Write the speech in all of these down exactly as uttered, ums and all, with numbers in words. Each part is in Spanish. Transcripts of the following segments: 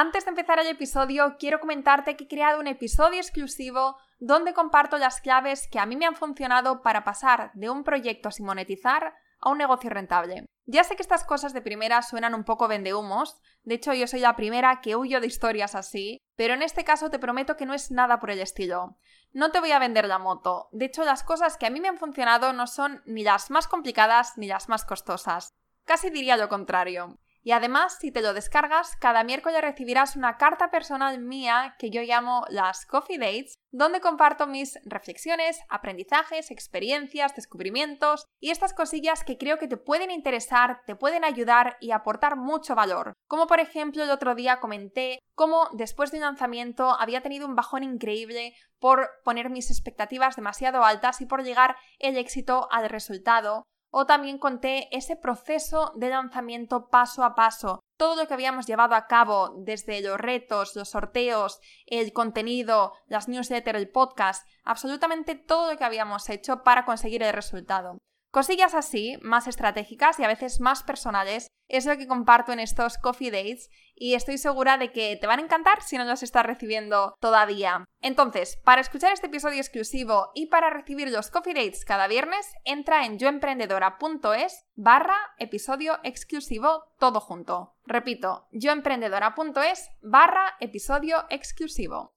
Antes de empezar el episodio, quiero comentarte que he creado un episodio exclusivo donde comparto las claves que a mí me han funcionado para pasar de un proyecto sin monetizar a un negocio rentable. Ya sé que estas cosas de primera suenan un poco vendehumos, de hecho yo soy la primera que huyo de historias así, pero en este caso te prometo que no es nada por el estilo. No te voy a vender la moto, de hecho las cosas que a mí me han funcionado no son ni las más complicadas ni las más costosas, casi diría lo contrario. Y además, si te lo descargas, cada miércoles recibirás una carta personal mía que yo llamo las Coffee Dates, donde comparto mis reflexiones, aprendizajes, experiencias, descubrimientos y estas cosillas que creo que te pueden interesar, te pueden ayudar y aportar mucho valor. Como por ejemplo el otro día comenté cómo después de un lanzamiento había tenido un bajón increíble por poner mis expectativas demasiado altas y por llegar el éxito al resultado. O también conté ese proceso de lanzamiento paso a paso, todo lo que habíamos llevado a cabo desde los retos, los sorteos, el contenido, las newsletters, el podcast, absolutamente todo lo que habíamos hecho para conseguir el resultado. Cosillas así, más estratégicas y a veces más personales, es lo que comparto en estos Coffee Dates y estoy segura de que te van a encantar si no los estás recibiendo todavía. Entonces, para escuchar este episodio exclusivo y para recibir los Coffee Dates cada viernes, entra en yoemprendedora.es barra episodio exclusivo todo junto. Repito, yoemprendedora.es barra episodio exclusivo.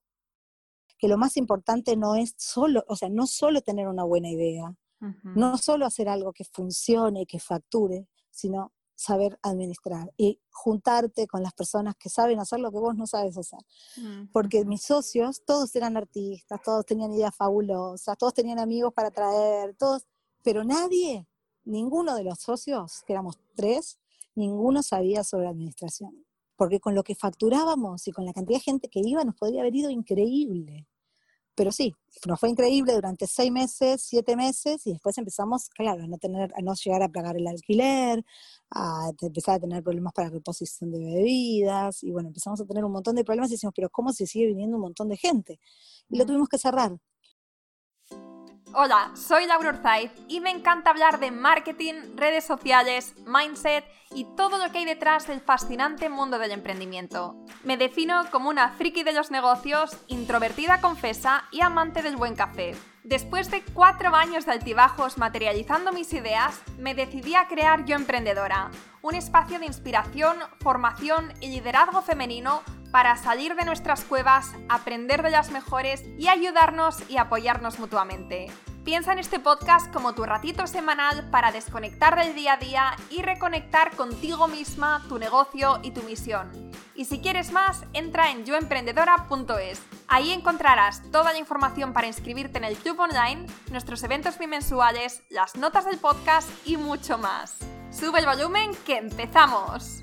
Que lo más importante no es solo, o sea, no solo tener una buena idea, uh-huh. no solo hacer algo que funcione y que facture, sino saber administrar y juntarte con las personas que saben hacer lo que vos no sabes hacer. Uh-huh. Porque mis socios, todos eran artistas, todos tenían ideas fabulosas, todos tenían amigos para traer, todos, pero nadie, ninguno de los socios, que éramos tres, ninguno sabía sobre administración. Porque con lo que facturábamos y con la cantidad de gente que iba nos podría haber ido increíble. Pero sí, nos fue increíble durante seis meses, siete meses, y después empezamos, claro, a no, tener, a no llegar a pagar el alquiler, a empezar a tener problemas para reposición de bebidas, y bueno, empezamos a tener un montón de problemas y decimos, pero ¿cómo se sigue viniendo un montón de gente? Y lo tuvimos que cerrar. Hola, soy Laura Orzaiz y me encanta hablar de marketing, redes sociales, mindset y todo lo que hay detrás del fascinante mundo del emprendimiento. Me defino como una friki de los negocios, introvertida confesa y amante del buen café. Después de cuatro años de altibajos materializando mis ideas, me decidí a crear Yo Emprendedora, un espacio de inspiración, formación y liderazgo femenino para salir de nuestras cuevas, aprender de las mejores y ayudarnos y apoyarnos mutuamente. Piensa en este podcast como tu ratito semanal para desconectar del día a día y reconectar contigo misma, tu negocio y tu misión. Y si quieres más, entra en yoemprendedora punto es. Ahí encontrarás toda la información para inscribirte en el club online, nuestros eventos bimensuales, las notas del podcast y mucho más. ¡Sube el volumen que empezamos!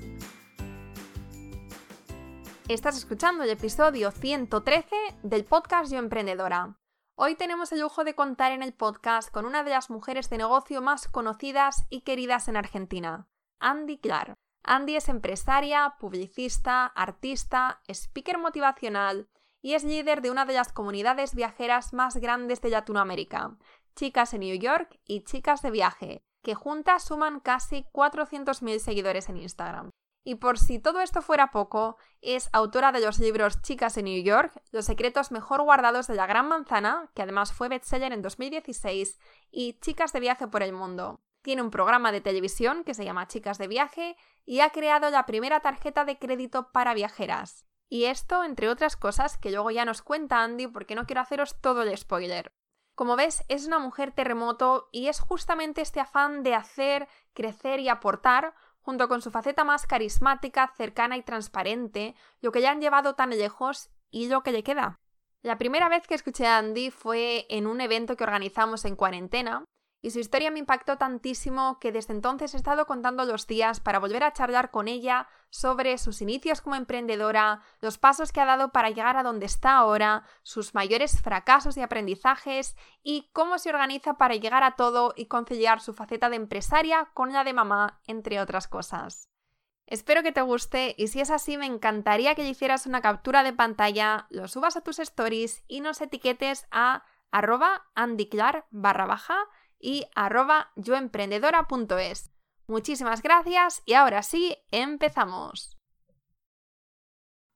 Estás escuchando el episodio ciento trece del podcast Yo Emprendedora. Hoy tenemos el lujo de contar en el podcast con una de las mujeres de negocio más conocidas y queridas en Argentina, Andy Clark. Andy es empresaria, publicista, artista, speaker motivacional y es líder de una de las comunidades viajeras más grandes de Latinoamérica, Chicas en New York y Chicas de Viaje, que juntas suman casi cuatrocientos mil seguidores en Instagram. Y por si todo esto fuera poco, es autora de los libros Chicas en New York, Los secretos mejor guardados de la Gran Manzana, que además fue bestseller en dos mil dieciséis, y Chicas de Viaje por el Mundo. Tiene un programa de televisión que se llama Chicas de Viaje y ha creado la primera tarjeta de crédito para viajeras. Y esto, entre otras cosas, que luego ya nos cuenta Andy porque no quiero haceros todo el spoiler. Como ves, es una mujer terremoto y es justamente este afán de hacer, crecer y aportar, junto con su faceta más carismática, cercana y transparente, lo que le han llevado tan lejos y lo que le queda. La primera vez que escuché a Andy fue en un evento que organizamos en cuarentena y su historia me impactó tantísimo que desde entonces he estado contando los días para volver a charlar con ella sobre sus inicios como emprendedora, los pasos que ha dado para llegar a donde está ahora, sus mayores fracasos y aprendizajes y cómo se organiza para llegar a todo y conciliar su faceta de empresaria con la de mamá, entre otras cosas. Espero que te guste y si es así me encantaría que le hicieras una captura de pantalla, lo subas a tus stories y nos etiquetes a arroba andyclar barra baja y arroba yoemprendedora punto es. Muchísimas gracias y ahora sí, empezamos.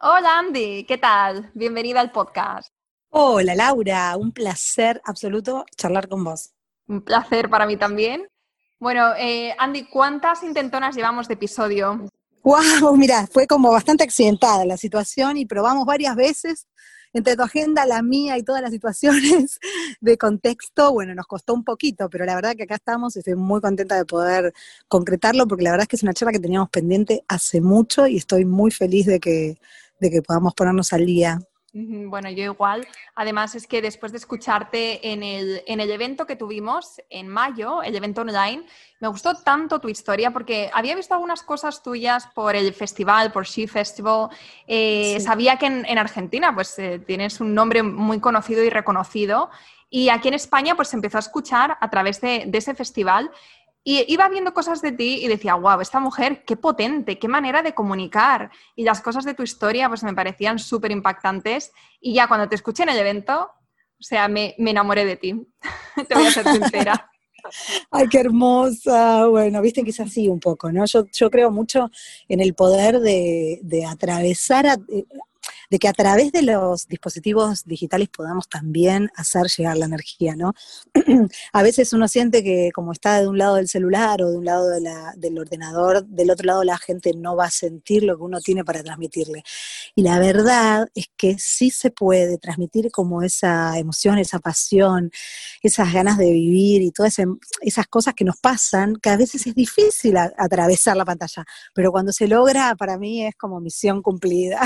Hola Andy, ¿qué tal? Bienvenida al podcast. Hola Laura, un placer absoluto charlar con vos. Un placer para mí también. Bueno, eh, Andy, ¿cuántas intentonas llevamos de episodio? Wow, mira, fue como bastante accidentada la situación y probamos varias veces entre tu agenda, la mía y todas las situaciones de contexto. Bueno, nos costó un poquito, pero la verdad que acá estamos y estoy muy contenta de poder concretarlo porque la verdad es que es una charla que teníamos pendiente hace mucho y estoy muy feliz de que, de que podamos ponernos al día. Bueno, yo igual. Además es que después de escucharte en el, en el evento que tuvimos en mayo, el evento online, me gustó tanto tu historia porque había visto algunas cosas tuyas por el festival, por She Festival. Eh, Sí. Sabía que en, en Argentina pues eh, tienes un nombre muy conocido y reconocido y aquí en España pues se empezó a escuchar a través de, de ese festival. Y iba viendo cosas de ti y decía, wow, esta mujer, qué potente, qué manera de comunicar. Y las cosas de tu historia pues me parecían súper impactantes. Y ya cuando te escuché en el evento, o sea, me, me enamoré de ti. Te voy a ser sincera. Ay, qué hermosa. Bueno, viste que es así un poco, ¿no? Yo, yo creo mucho en el poder de, de atravesar, a- eh, de que a través de los dispositivos digitales podamos también hacer llegar la energía, ¿no? A veces uno siente que como está de un lado del celular o de un lado de la- del ordenador, del otro lado la gente no va a sentir lo que uno tiene para transmitirle. Y la verdad es que sí se puede transmitir como esa emoción, esa pasión, esas ganas de vivir y todas ese- esas cosas que nos pasan, que a veces es difícil a- atravesar la pantalla, pero cuando se logra, para mí es como misión cumplida.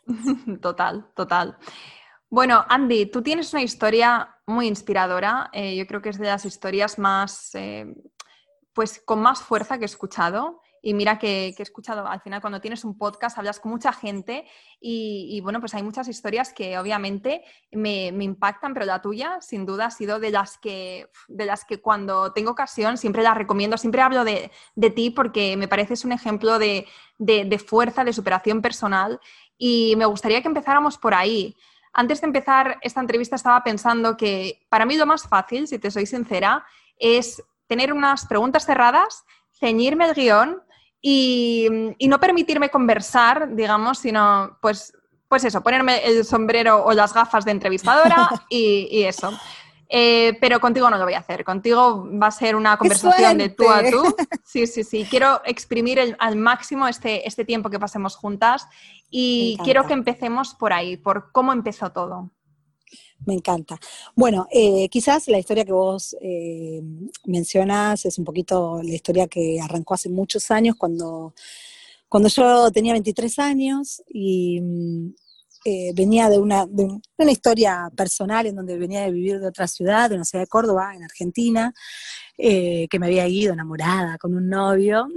Total, total. Bueno, Andy, tú tienes una historia muy inspiradora. Eh, yo creo que es de las historias más, eh, pues con más fuerza que he escuchado. Y mira que, que he escuchado, al final cuando tienes un podcast hablas con mucha gente y, y bueno, pues hay muchas historias que obviamente me, me impactan, pero la tuya sin duda ha sido de las que, de las que cuando tengo ocasión siempre la recomiendo, siempre hablo de, de ti porque me pareces un ejemplo de, de, de fuerza, de superación personal y me gustaría que empezáramos por ahí. Antes de empezar esta entrevista estaba pensando que para mí lo más fácil, si te soy sincera, es tener unas preguntas cerradas, ceñirme el guión y, y no permitirme conversar, digamos, sino pues, pues eso, ponerme el sombrero o las gafas de entrevistadora y, y eso. Eh, pero contigo no lo voy a hacer. Contigo va a ser una ¡Qué conversación de tú a suerte! tú. Sí, sí, sí. Quiero exprimir el, al máximo este, este tiempo que pasemos juntas Me y quiero que encanta. empecemos por ahí, por cómo empezó todo. Me encanta. Bueno, eh, quizás la historia que vos eh, mencionás es un poquito la historia que arrancó hace muchos años, cuando, cuando yo tenía veintitrés años y mm, eh, venía de una, de un- de una historia personal en donde venía de vivir de otra ciudad, de una ciudad de Córdoba, en Argentina, eh, que me había ido enamorada con un novio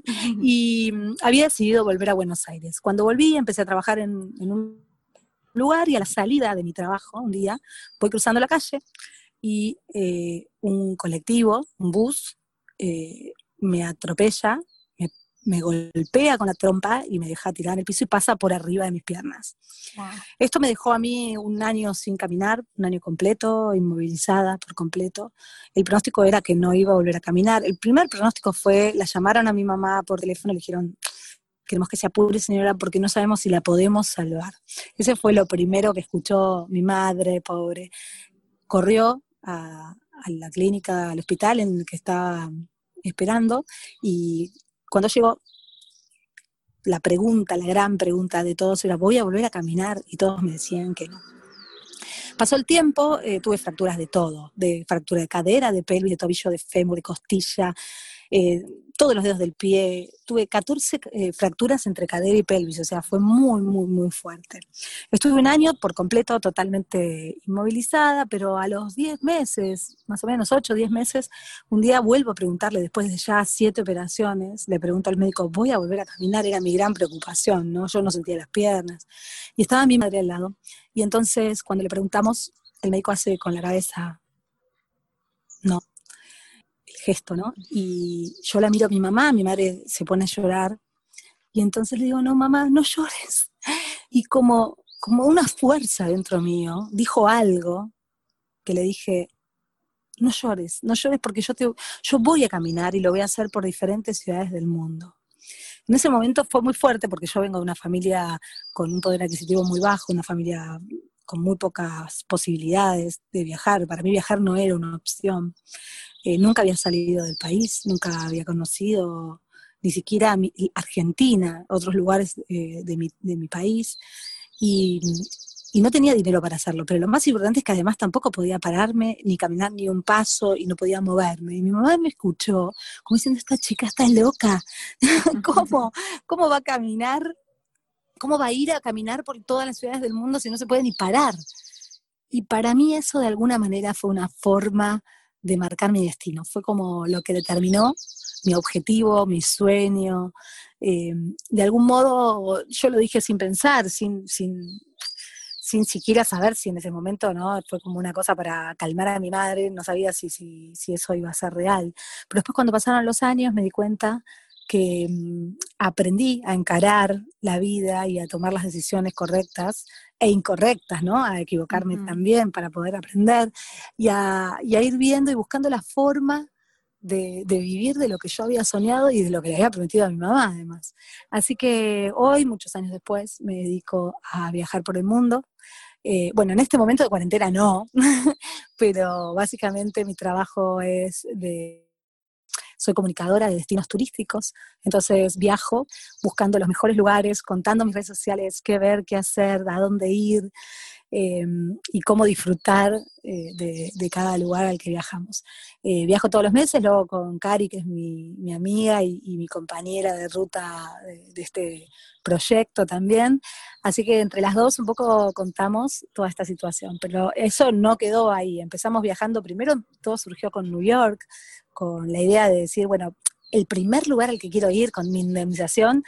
y mm, había decidido volver a Buenos Aires. Cuando volví empecé a trabajar en, en un lugar y a la salida de mi trabajo, un día, voy cruzando la calle y eh, un colectivo, un bus, eh, me atropella, me, me golpea con la trompa y me deja tirada en el piso y pasa por arriba de mis piernas. Wow. Esto me dejó a mí un año sin caminar, un año completo, inmovilizada por completo. El pronóstico era que no iba a volver a caminar. El primer pronóstico fue, la llamaron a mi mamá por teléfono y le dijeron, queremos que se apure, señora, porque no sabemos si la podemos salvar. Ese fue lo primero que escuchó mi madre, pobre. Corrió a, a la clínica, al hospital en el que estaba esperando, y cuando llegó, la pregunta, la gran pregunta de todos era, ¿voy a volver a caminar? Y todos me decían que no. Pasó el tiempo, eh, tuve fracturas de todo, de fractura de cadera, de pelvis, de tobillo, de fémur, de costilla, eh, todos los dedos del pie. Tuve catorce eh, fracturas entre cadera y pelvis, o sea, fue muy, muy, muy fuerte. Estuve un año por completo totalmente inmovilizada, pero a los diez meses, más o menos ocho o diez meses, un día vuelvo a preguntarle, después de ya siete operaciones, le pregunto al médico, ¿voy a volver a caminar? Era mi gran preocupación, ¿no? Yo no sentía las piernas. Y estaba mi madre al lado. Y entonces, cuando le preguntamos, el médico hace con la cabeza, no, el gesto, ¿no? Y yo la miro a mi mamá, mi madre se pone a llorar, y entonces le digo, no, mamá, no llores. Y como, como una fuerza dentro mío, dijo algo que le dije, no llores, no llores porque yo, te, yo voy a caminar y lo voy a hacer por diferentes ciudades del mundo. en ese momento fue muy fuerte porque yo vengo de una familia con un poder adquisitivo muy bajo, una familia con muy pocas posibilidades de viajar. Para mí viajar no era una opción. Eh, nunca había salido del país, nunca había conocido ni siquiera mi, Argentina, otros lugares eh, de, mi, de mi país, y, y no tenía dinero para hacerlo. Pero lo más importante es que además tampoco podía pararme, ni caminar ni un paso, y no podía moverme. Y mi mamá me escuchó, como diciendo, esta chica está loca, ¿cómo, ¿cómo va a caminar? ¿Cómo va a ir a caminar por todas las ciudades del mundo si no se puede ni parar? Y para mí eso de alguna manera fue una forma de marcar mi destino. Fue como lo que determinó mi objetivo, mi sueño. Eh, de algún modo yo lo dije sin pensar, sin, sin, sin siquiera saber si en ese momento, ¿no? Fue como una cosa para calmar a mi madre, no sabía si, si, si eso iba a ser real. Pero después cuando pasaron los años me di cuenta que um, aprendí a encarar la vida y a tomar las decisiones correctas e incorrectas, ¿no? A equivocarme uh-huh. también para poder aprender y a, y a ir viendo y buscando la forma de, de vivir de lo que yo había soñado y de lo que le había prometido a mi mamá, además. Así que hoy, muchos años después, me dedico a viajar por el mundo. Eh, bueno, en este momento de cuarentena no, pero básicamente mi trabajo es de... Soy comunicadora de destinos turísticos, entonces viajo buscando los mejores lugares, contando en mis redes sociales qué ver, qué hacer, a dónde ir eh, y cómo disfrutar eh, de, de cada lugar al que viajamos. Eh, viajo todos los meses, luego con Cari, que es mi, mi amiga y, y mi compañera de ruta de, de este proyecto también, así que entre las dos un poco contamos toda esta situación, pero eso no quedó ahí. Empezamos viajando, primero todo surgió con New York, con la idea de decir, bueno, el primer lugar al que quiero ir con mi indemnización,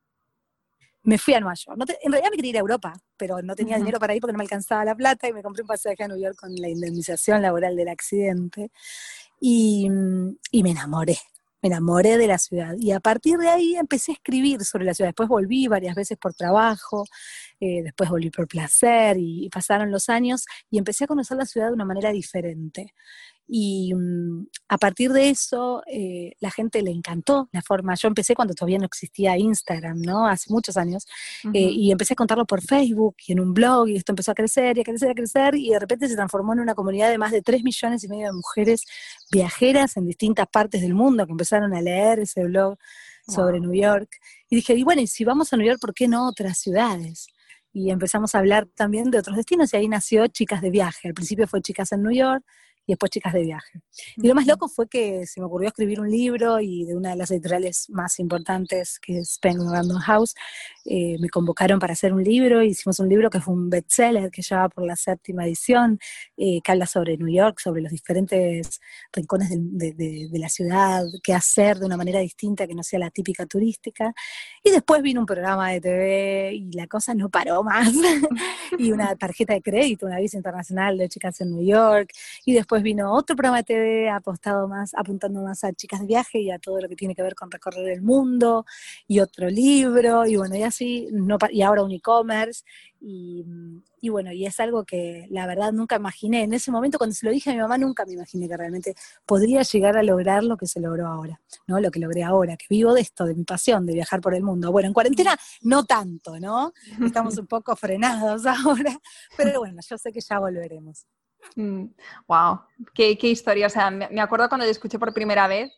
me fui a Nueva York. No te, en realidad me quería ir a Europa, pero no tenía uh-huh. dinero para ir porque no me alcanzaba la plata y me compré un pasaje a New York con la indemnización laboral del accidente y, y me enamoré. Me enamoré de la ciudad y a partir de ahí empecé a escribir sobre la ciudad. Después volví varias veces por trabajo, eh, después volví por placer y, y pasaron los años y empecé a conocer la ciudad de una manera diferente. Y um, a partir de eso, eh, la gente le encantó la forma. Yo empecé cuando todavía no existía Instagram, ¿no? Hace muchos años. Uh-huh. Eh, y empecé a contarlo por Facebook y en un blog, y esto empezó a crecer y a crecer y a crecer, y de repente se transformó en una comunidad de más de tres millones y medio de mujeres viajeras en distintas partes del mundo que empezaron a leer ese blog sobre wow. New York. Y dije, y bueno, y si vamos a New York, ¿por qué no otras ciudades? Y empezamos a hablar también de otros destinos, y ahí nació Chicas de Viaje. Al principio fue Chicas en New York, y después Chicas de Viaje. Y lo más loco fue que se me ocurrió escribir un libro, y de una de las editoriales más importantes, que es Penguin Random House, eh, me convocaron para hacer un libro, y hicimos un libro que fue un bestseller, que ya va por la séptima edición, eh, que habla sobre New York, sobre los diferentes rincones de, de, de, de la ciudad, qué hacer de una manera distinta que no sea la típica turística. Y después vino un programa de T V, y la cosa no paró más, y una tarjeta de crédito, una visa internacional de Chicas en New York, y después vino otro programa de T V apostado más, apuntando más a Chicas de Viaje y a todo lo que tiene que ver con recorrer el mundo, y otro libro, y bueno, y así, no, y ahora un e-commerce, y, y bueno, y es algo que la verdad nunca imaginé. En ese momento, cuando se lo dije a mi mamá, nunca me imaginé que realmente podría llegar a lograr lo que se logró ahora, ¿no? Lo que logré ahora, que vivo de esto, de mi pasión, de viajar por el mundo. Bueno, en cuarentena no tanto, ¿no? Estamos un poco frenados ahora, pero bueno, yo sé que ya volveremos. Mm, wow, qué, qué historia. O sea, me, me acuerdo cuando yo escuché por primera vez,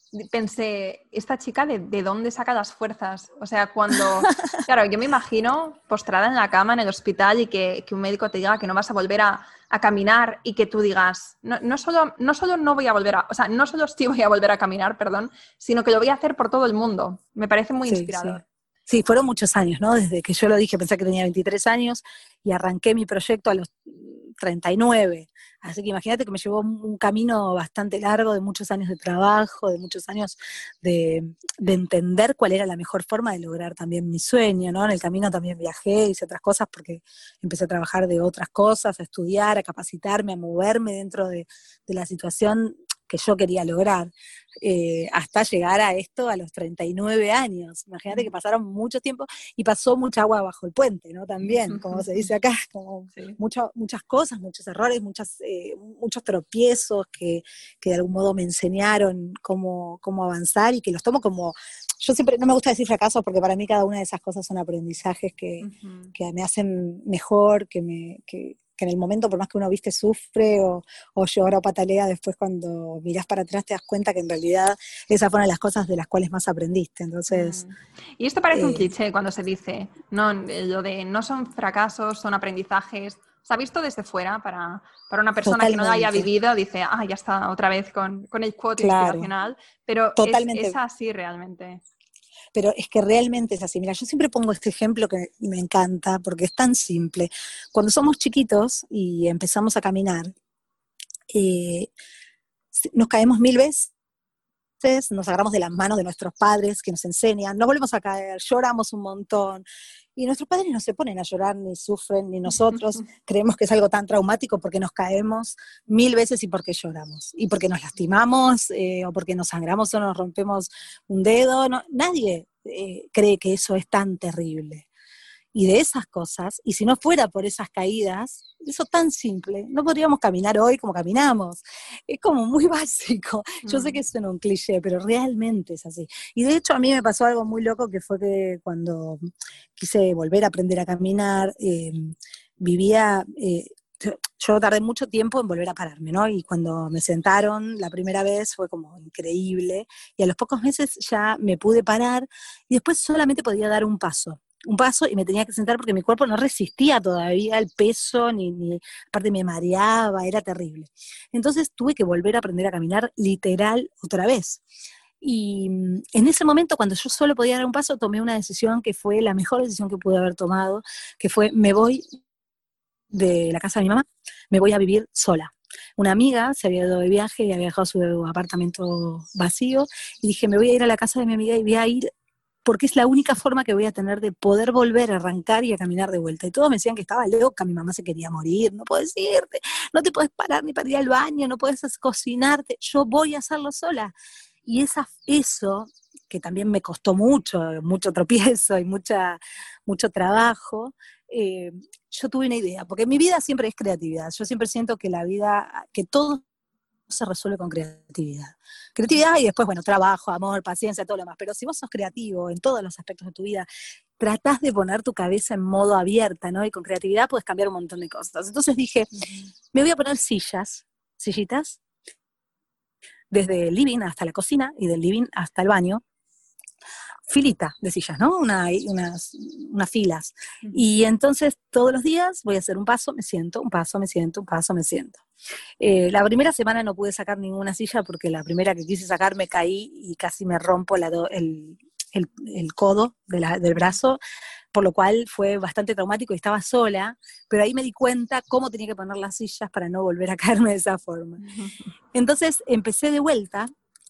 pensé, ¿esta chica de, de dónde saca las fuerzas? O sea, cuando, claro, yo me imagino postrada en la cama en el hospital y que, que un médico te diga que no vas a volver a, a caminar, y que tú digas, no, no, solo, no solo no voy a volver a, o sea, no solo sí voy a volver a caminar, perdón, sino que lo voy a hacer por todo el mundo. Me parece muy sí, inspirador. Sí. Sí, fueron muchos años, ¿no? Desde que yo lo dije, pensé que tenía veintitrés años y arranqué mi proyecto a los treinta y nueve. Así que imagínate que me llevó un camino bastante largo, de muchos años de trabajo, de muchos años de, de entender cuál era la mejor forma de lograr también mi sueño, ¿no? En el camino también viajé, hice otras cosas porque empecé a trabajar de otras cosas, a estudiar, a capacitarme, a moverme dentro de, de la situación que yo quería lograr, eh, hasta llegar a esto a los treinta y nueve años. Imagínate que pasaron mucho tiempo y pasó mucha agua bajo el puente, ¿no? También, como se dice acá, como sí. mucho, muchas cosas, muchos errores, muchas, eh, muchos tropiezos que, que de algún modo me enseñaron cómo, cómo avanzar y que los tomo como, yo siempre, no me gusta decir fracasos porque para mí cada una de esas cosas son aprendizajes que, uh-huh. que me hacen mejor, que me... Que, que en el momento, por más que uno, viste, sufre o, o llora o patalea, después cuando mirás para atrás te das cuenta que en realidad esas fueron las cosas de las cuales más aprendiste. Entonces, mm. Y esto parece eh, un cliché cuando se dice, no, lo de no son fracasos, son aprendizajes. Se ha visto desde fuera para, para una persona totalmente. Que no lo haya vivido, dice, ah, ya está otra vez con, con el quote claro. inspiracional, pero es, es así realmente. Pero es que realmente es así. Mira, yo siempre pongo este ejemplo que me encanta porque es tan simple. Cuando somos chiquitos y empezamos a caminar, eh, nos caemos mil veces, nos agarramos de las manos de nuestros padres que nos enseñan, nos volvemos a caer, lloramos un montón. Y nuestros padres no se ponen a llorar, ni sufren, ni nosotros creemos que es algo tan traumático porque nos caemos mil veces y porque lloramos. Y porque nos lastimamos, eh, o porque nos sangramos o nos rompemos un dedo. No, nadie eh, cree que eso es tan terrible. Y de esas cosas, y si no fuera por esas caídas, eso tan simple, no podríamos caminar hoy como caminamos. Es como muy básico. Yo mm. sé que suena un cliché, pero realmente es así. Y de hecho a mí me pasó algo muy loco, que fue que cuando quise volver a aprender a caminar, eh, vivía... Eh, yo tardé mucho tiempo en volver a pararme, ¿no? Y cuando me sentaron la primera vez fue como increíble. Y a los pocos meses ya me pude parar y después solamente podía dar un paso. un paso y me tenía que sentar porque mi cuerpo no resistía todavía el peso, ni, ni aparte me mareaba, era terrible. Entonces tuve que volver a aprender a caminar literal otra vez. Y en ese momento, cuando yo solo podía dar un paso, tomé una decisión que fue la mejor decisión que pude haber tomado, que fue, me voy de la casa de mi mamá, me voy a vivir sola. Una amiga se había ido de viaje y había dejado su apartamento vacío, y dije, me voy a ir a la casa de mi amiga y voy a ir porque es la única forma que voy a tener de poder volver a arrancar y a caminar de vuelta. Y todos me decían que estaba loca, mi mamá se quería morir, no puedes irte, no te puedes parar ni para ir al baño, no puedes cocinarte, yo voy a hacerlo sola. Y esa, eso, que también me costó mucho, mucho tropiezo y mucha, mucho trabajo, eh, yo tuve una idea, porque mi vida siempre es creatividad, yo siempre siento que la vida, que todo se resuelve con creatividad. Creatividad y después, bueno, trabajo, amor, paciencia, todo lo demás. Pero si vos sos creativo en todos los aspectos de tu vida, tratás de poner tu cabeza en modo abierta, ¿no? Y con creatividad puedes cambiar un montón de cosas. Entonces dije, me voy a poner sillas, sillitas, desde el living hasta la cocina y del living hasta el baño, filita de sillas, ¿no? Una, unas, unas filas. Y entonces todos los días voy a hacer un paso, me siento, un paso, me siento, un paso, me siento. Eh, la primera semana no pude sacar ninguna silla porque la primera que quise sacar me caí y casi me rompo la do, el, el, el codo de la, del brazo, por lo cual fue bastante traumático y estaba sola, pero ahí me di cuenta cómo tenía que poner las sillas para no volver a caerme de esa forma. Entonces empecé de vuelta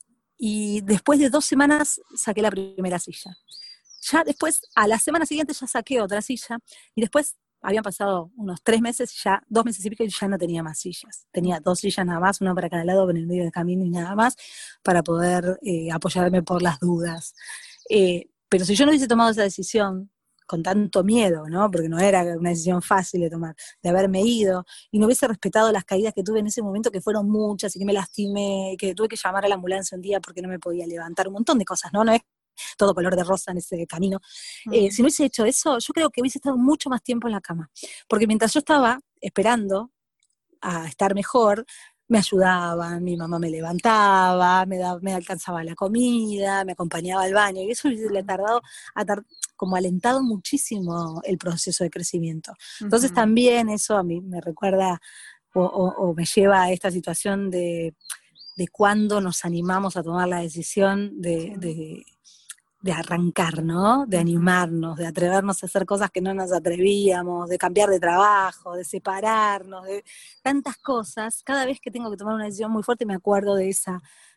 y después de dos semanas saqué la primera silla. Ya después, a la semana siguiente ya saqué otra silla y después habían pasado unos tres meses, ya dos meses y pico, y ya no tenía más sillas. Tenía dos sillas nada más, una para cada lado en el medio del camino y nada más, para poder eh, apoyarme por las dudas. Eh, pero si yo no hubiese tomado esa decisión con tanto miedo, ¿no? Porque no era una decisión fácil de tomar, de haberme ido, y no hubiese respetado las caídas que tuve en ese momento, que fueron muchas, y que me lastimé, que tuve que llamar a la ambulancia un día porque no me podía levantar, un montón de cosas, ¿no? No es todo color de rosa en ese camino. Mm. Eh, si no hubiese hecho eso, yo creo que hubiese estado mucho más tiempo en la cama. Porque mientras yo estaba esperando a estar mejor, me ayudaban, mi mamá me levantaba, me, da, me alcanzaba la comida, me acompañaba al baño, y eso le ha tardado, a tar, como alentado muchísimo el proceso de crecimiento. Entonces uh-huh. también eso a mí me recuerda o, o, o me lleva a esta situación de, de cuando nos animamos a tomar la decisión de, de de arrancar, ¿no? De animarnos, de atrevernos a hacer cosas que no nos atrevíamos, de cambiar de trabajo, de separarnos, de tantas cosas. Cada vez que tengo que tomar una decisión muy fuerte me acuerdo de esa,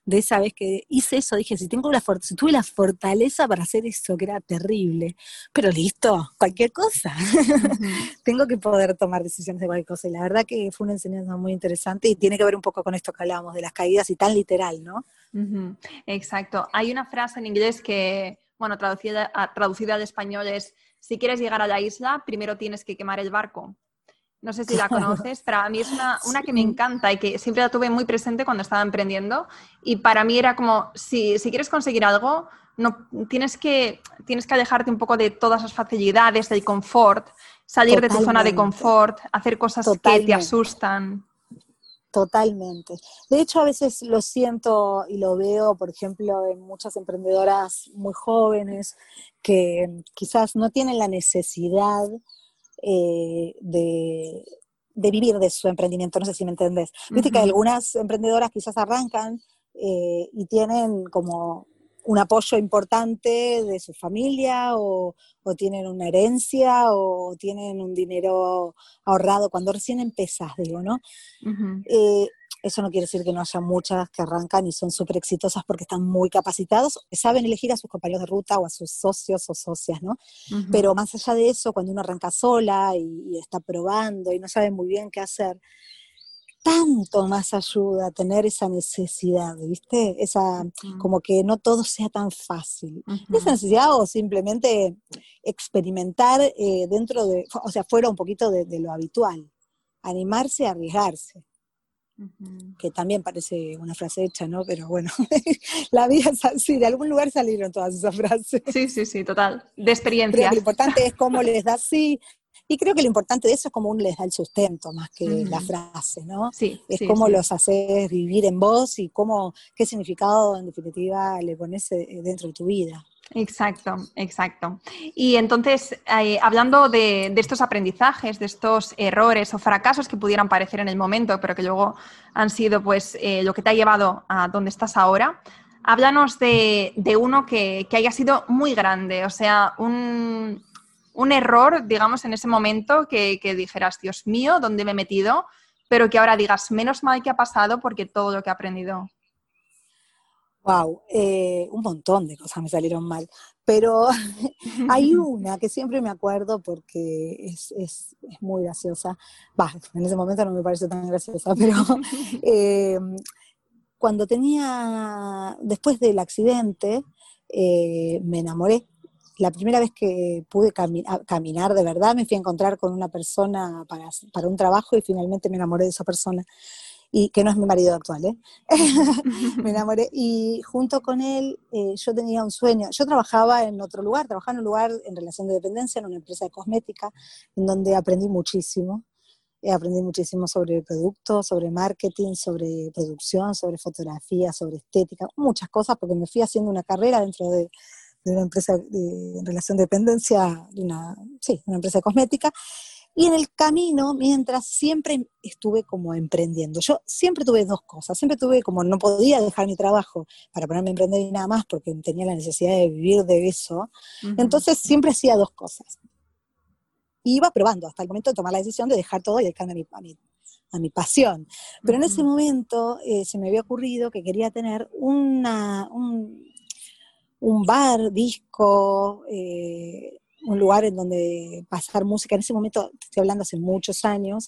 de esa vez que hice eso, dije, si tengo la for- si tuve la fortaleza para hacer eso, que era terrible, pero listo, cualquier cosa. Ujú. Tengo que poder tomar decisiones de cualquier cosa. Y la verdad que fue una enseñanza muy interesante y tiene que ver un poco con esto que hablábamos de las caídas y tan literal, ¿no? Ujú. Exacto. Hay una frase en inglés que, bueno, traducida, a- traducida al español es, si quieres llegar a la isla, primero tienes que quemar el barco. No sé si la Claro. conoces, pero a mí es una, una que me Sí, encanta y que siempre la tuve muy presente cuando estaba emprendiendo. Y para mí era como, si, si quieres conseguir algo, no, tienes que, tienes que alejarte un poco de todas las facilidades, del confort, salir de tu zona de totalmente, confort, hacer cosas que te totalmente. asustan. Totalmente. De hecho, a veces lo siento y lo veo, por ejemplo, en muchas emprendedoras muy jóvenes que quizás no tienen la necesidad eh, de, de vivir de su emprendimiento, no sé si me entendés. Viste que Ujú, algunas emprendedoras quizás arrancan eh, y tienen como un apoyo importante de su familia o, o tienen una herencia o tienen un dinero ahorrado cuando recién empezás, digo, ¿no? ujú, Eh, Eso no quiere decir que no haya muchas que arrancan y son súper exitosas porque están muy capacitados, saben elegir a sus compañeros de ruta o a sus socios o socias, ¿no? ujú. Pero más allá de eso, cuando uno arranca sola y, y está probando y no sabe muy bien qué hacer, tanto más ayuda a tener esa necesidad, ¿viste? Esa, Ujú, como que no todo sea tan fácil. Esa ujú, necesidad o simplemente experimentar eh, dentro de, o sea, fuera un poquito de, de lo habitual, animarse a arriesgarse, ujú. que también parece una frase hecha, ¿no? Pero bueno, la vida es así, de algún lugar salieron todas esas frases. Sí, sí, sí, total. De Creo que lo experiencias. importante es cómo les da sí, y creo que lo importante de eso es cómo uno les da el sustento más que la Ujú. frase, ¿no? Sí, Es sí, cómo sí. los haces vivir en vos y cómo, qué significado en definitiva le pones eh, dentro de tu vida. Exacto, exacto. Y entonces, eh, hablando de, de estos aprendizajes, de estos errores o fracasos que pudieran parecer en el momento, pero que luego han sido pues eh, lo que te ha llevado a donde estás ahora, háblanos de, de uno que, que haya sido muy grande, o sea, un, un error, digamos, en ese momento que, que dijeras, Dios mío, ¿dónde me he metido? Pero que ahora digas, menos mal que ha pasado porque todo lo que he aprendido. Wow, eh, un montón de cosas me salieron mal, pero hay una que siempre me acuerdo porque es, es, es muy graciosa. Bah, en ese momento no me parece tan graciosa, pero eh, cuando tenía, después del accidente, eh, me enamoré. La primera vez que pude cami a, caminar de verdad, me fui a encontrar con una persona para, para un trabajo y finalmente me enamoré de esa persona, y que no es mi marido actual, ¿eh? Me enamoré y junto con él eh, yo tenía un sueño. Yo trabajaba en otro lugar, trabajaba en un lugar en relación de dependencia, en una empresa de cosmética, en donde aprendí muchísimo. Eh, aprendí muchísimo sobre productos, sobre marketing, sobre producción, sobre fotografía, sobre estética, muchas cosas, porque me fui haciendo una carrera dentro de, de una empresa de, en relación de dependencia, de una, sí, una empresa de cosmética. Y en el camino, mientras siempre estuve como emprendiendo, yo siempre tuve dos cosas, siempre tuve como no podía dejar mi trabajo para ponerme a emprender y nada más porque tenía la necesidad de vivir de eso, Ujú, entonces siempre hacía dos cosas. Y iba probando hasta el momento de tomar la decisión de dejar todo y dedicarme a mi, a mi, a mi pasión. Pero en ese ujú. momento eh, se me había ocurrido que quería tener una, un, un bar, disco, eh, un lugar en donde pasar música. En ese momento, te estoy hablando hace muchos años,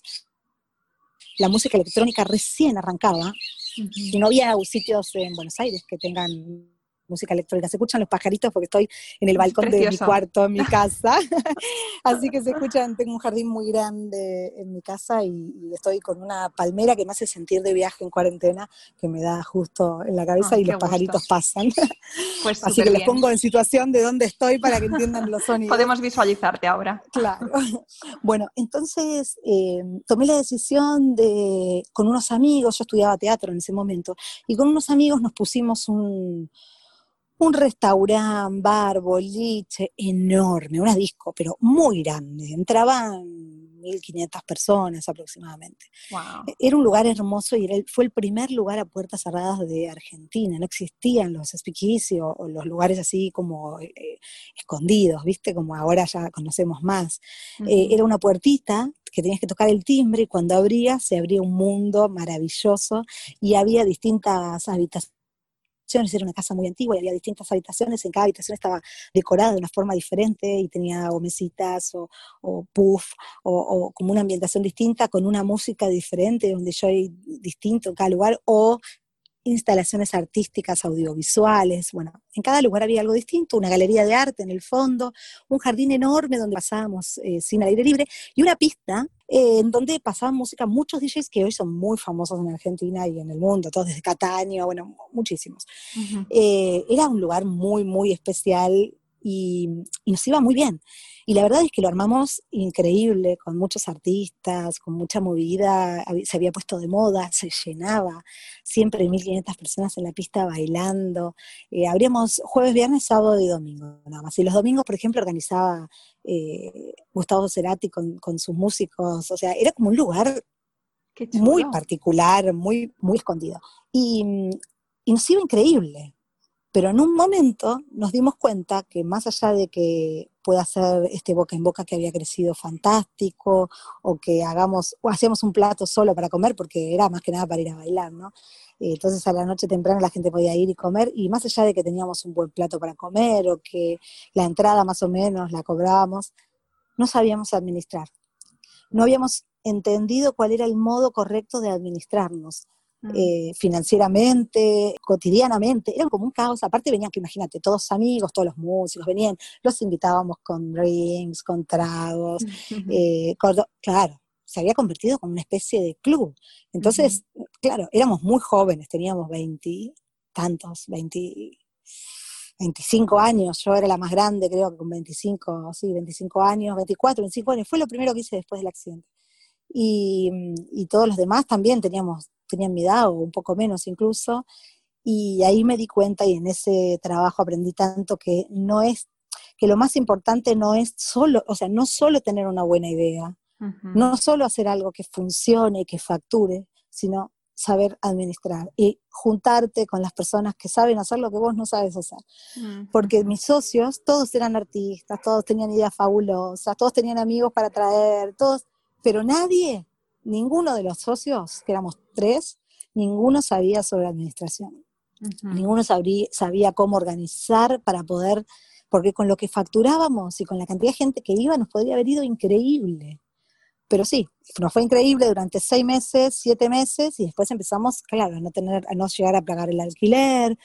la música electrónica recién arrancaba Ujú. y no había sitios en Buenos Aires que tengan música electrónica. Se escuchan los pajaritos porque estoy en el balcón de mi Precioso. cuarto, en mi casa. Así que se escuchan, tengo un jardín muy grande en mi casa y, y estoy con una palmera que me hace sentir de viaje en cuarentena, que me da justo en la cabeza Ay, y qué los gusto. pajaritos pasan. Pues Así súper que les bien. pongo en situación de dónde estoy para que entiendan los sonidos. Podemos visualizarte ahora. Claro. Bueno, entonces eh, tomé la decisión de, con unos amigos, yo estudiaba teatro en ese momento, y con unos amigos nos pusimos un, un restaurante, bar, boliche enorme, una disco, pero muy grande. Entraban mil quinientas personas aproximadamente. Wow. Era un lugar hermoso y era el, fue el primer lugar a puertas cerradas de Argentina. No existían los speakeasy o, o los lugares así como eh, escondidos, ¿viste? Como ahora ya conocemos más. Eh, Ujú, era una puertita que tenías que tocar el timbre y cuando abría se abría un mundo maravilloso y había distintas habitaciones habitaciones, era una casa muy antigua y había distintas habitaciones, en cada habitación estaba decorada de una forma diferente y tenía o mesitas o, o puff o, o como una ambientación distinta con una música diferente, un D J distinto en cada lugar, o instalaciones artísticas, audiovisuales, bueno, en cada lugar había algo distinto, una galería de arte en el fondo, un jardín enorme donde pasábamos eh, cine al aire libre, y una pista eh, en donde pasaban música muchos D Js que hoy son muy famosos en Argentina y en el mundo, todos desde Cataño, bueno, muchísimos. Uh-huh. Eh, era un lugar muy, muy especial y, y nos iba muy bien. Y la verdad es que lo armamos increíble, con muchos artistas, con mucha movida, se había puesto de moda, se llenaba, siempre mil quinientas personas en la pista bailando. Eh, abríamos jueves, viernes, sábado y domingo, nada más. Y los domingos, por ejemplo, organizaba eh, Gustavo Cerati con, con sus músicos, o sea, era como un lugar muy particular, muy, muy escondido. Y, y nos iba increíble. Pero en un momento nos dimos cuenta que más allá de que pueda ser este boca en boca que había crecido fantástico, o que hagamos, o hacíamos un plato solo para comer, porque era más que nada para ir a bailar, ¿no? Entonces a la noche temprano la gente podía ir y comer, y más allá de que teníamos un buen plato para comer, o que la entrada más o menos la cobrábamos, no sabíamos administrar. No habíamos entendido cuál era el modo correcto de administrarnos. Eh, financieramente, cotidianamente, era como un caos. Aparte venían, que imagínate, todos amigos, todos los músicos venían, los invitábamos con drinks, con tragos, uh-huh. eh, con, claro, se había convertido como una especie de club. Entonces, uh-huh. claro, éramos muy jóvenes, teníamos veinte, tantos, veinte, veinticinco años, yo era la más grande, creo que con veinticinco, sí, veinticinco años, veinticuatro, veinticinco años, fue lo primero que hice después del accidente. Y, y todos los demás también teníamos tenían mi edad o un poco menos incluso, y ahí me di cuenta, y en ese trabajo aprendí tanto, que no es, que lo más importante no es solo, o sea, no solo tener una buena idea, uh-huh. no solo hacer algo que funcione y que facture, sino saber administrar y juntarte con las personas que saben hacer lo que vos no sabes hacer. Uh-huh. Porque mis socios, todos eran artistas, todos tenían ideas fabulosas, todos tenían amigos para traer, todos, pero nadie, ninguno de los socios, que éramos tres, ninguno sabía sobre administración. Uh-huh. Ninguno sabría, sabía cómo organizar para poder, porque con lo que facturábamos y con la cantidad de gente que iba nos podría haber ido increíble. Pero sí, nos fue increíble durante seis meses, siete meses, y después empezamos, claro, a no tener, a no llegar a pagar el alquiler,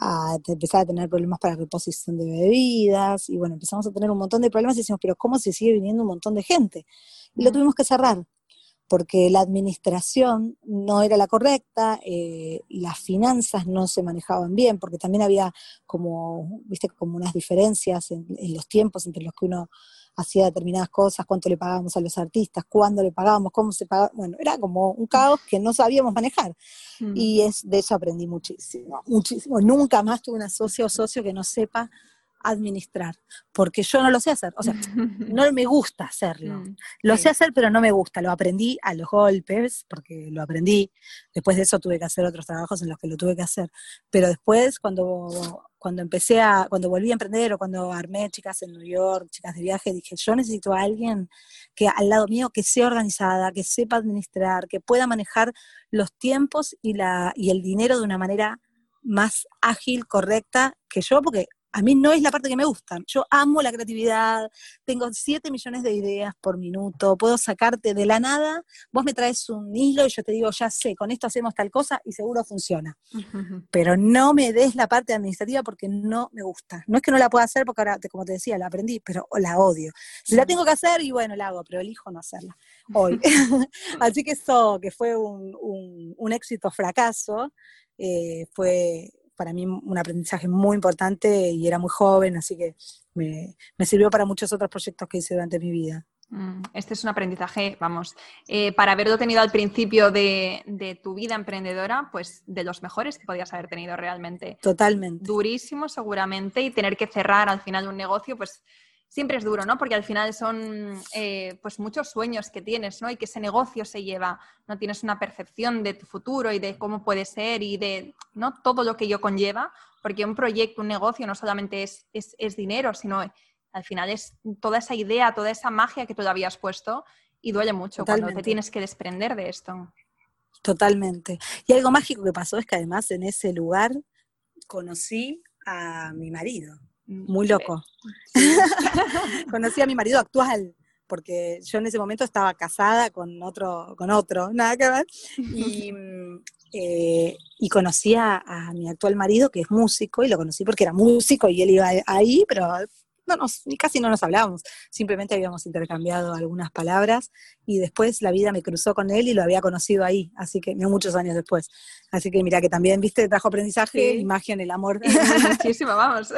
a empezar a tener problemas para reposición de bebidas, y bueno, empezamos a tener un montón de problemas y decimos, pero ¿cómo se sigue viniendo un montón de gente? Y uh-huh. lo tuvimos que cerrar, porque la administración no era la correcta, eh, las finanzas no se manejaban bien, porque también había como, viste, como unas diferencias en, en los tiempos entre los que uno hacía determinadas cosas, cuánto le pagábamos a los artistas, cuándo le pagábamos, cómo se pagaba, bueno, era como un caos que no sabíamos manejar, mm. y es, de eso aprendí muchísimo, muchísimo. Nunca más tuve una socia o socio que no sepa administrar, porque yo no lo sé hacer, o sea, no me gusta hacerlo, mm, lo sí. sé hacer pero no me gusta, lo aprendí a los golpes, porque lo aprendí, después de eso tuve que hacer otros trabajos en los que lo tuve que hacer, pero después cuando, cuando empecé a, cuando volví a emprender o cuando armé chicas en New York, chicas de viaje, dije, yo necesito a alguien que al lado mío, que sea organizada, que sepa administrar, que pueda manejar los tiempos y, la, y el dinero de una manera más ágil, correcta que yo, porque a mí no es la parte que me gusta. Yo amo la creatividad, tengo siete millones de ideas por minuto, puedo sacarte de la nada, vos me traes un hilo y yo te digo, ya sé, con esto hacemos tal cosa y seguro funciona. Uh-huh. Pero no me des la parte administrativa porque no me gusta. No es que no la pueda hacer porque ahora, como te decía, la aprendí, pero la odio. Si uh-huh. la tengo que hacer, y bueno, la hago, pero elijo no hacerla hoy. Así que eso, que fue un, un, un éxito fracaso, eh, fue para mí un aprendizaje muy importante y era muy joven, así que me, me sirvió para muchos otros proyectos que hice durante mi vida. Este es un aprendizaje, vamos, eh, para haberlo tenido al principio de, de tu vida emprendedora, pues de los mejores que podías haber tenido realmente. Totalmente. Durísimo seguramente, y tener que cerrar al final un negocio, pues siempre es duro, ¿no? Porque al final son eh, pues muchos sueños que tienes, ¿no? Y que ese negocio se lleva, ¿no? Tienes una percepción de tu futuro y de cómo puede ser y de, ¿no? Todo lo que ello conlleva, porque un proyecto, un negocio no solamente es, es, es dinero, sino al final es toda esa idea, toda esa magia que tú le habías puesto, y duele mucho Totalmente. Cuando te tienes que desprender de esto. Totalmente. Y algo mágico que pasó es que además en ese lugar conocí a mi marido, muy loco. Sí. Conocí a mi marido actual, porque yo en ese momento estaba casada con otro, con otro, nada que ver, y, eh, y conocí a, a mi actual marido, que es músico, y lo conocí porque era músico y él iba ahí, pero no nos, ni casi no nos hablábamos, simplemente habíamos intercambiado algunas palabras, y después la vida me cruzó con él y lo había conocido ahí, así que no muchos años después. Así que mira, que también, viste, trajo aprendizaje, sí. imagen, el amor. Y muchísimo, vamos.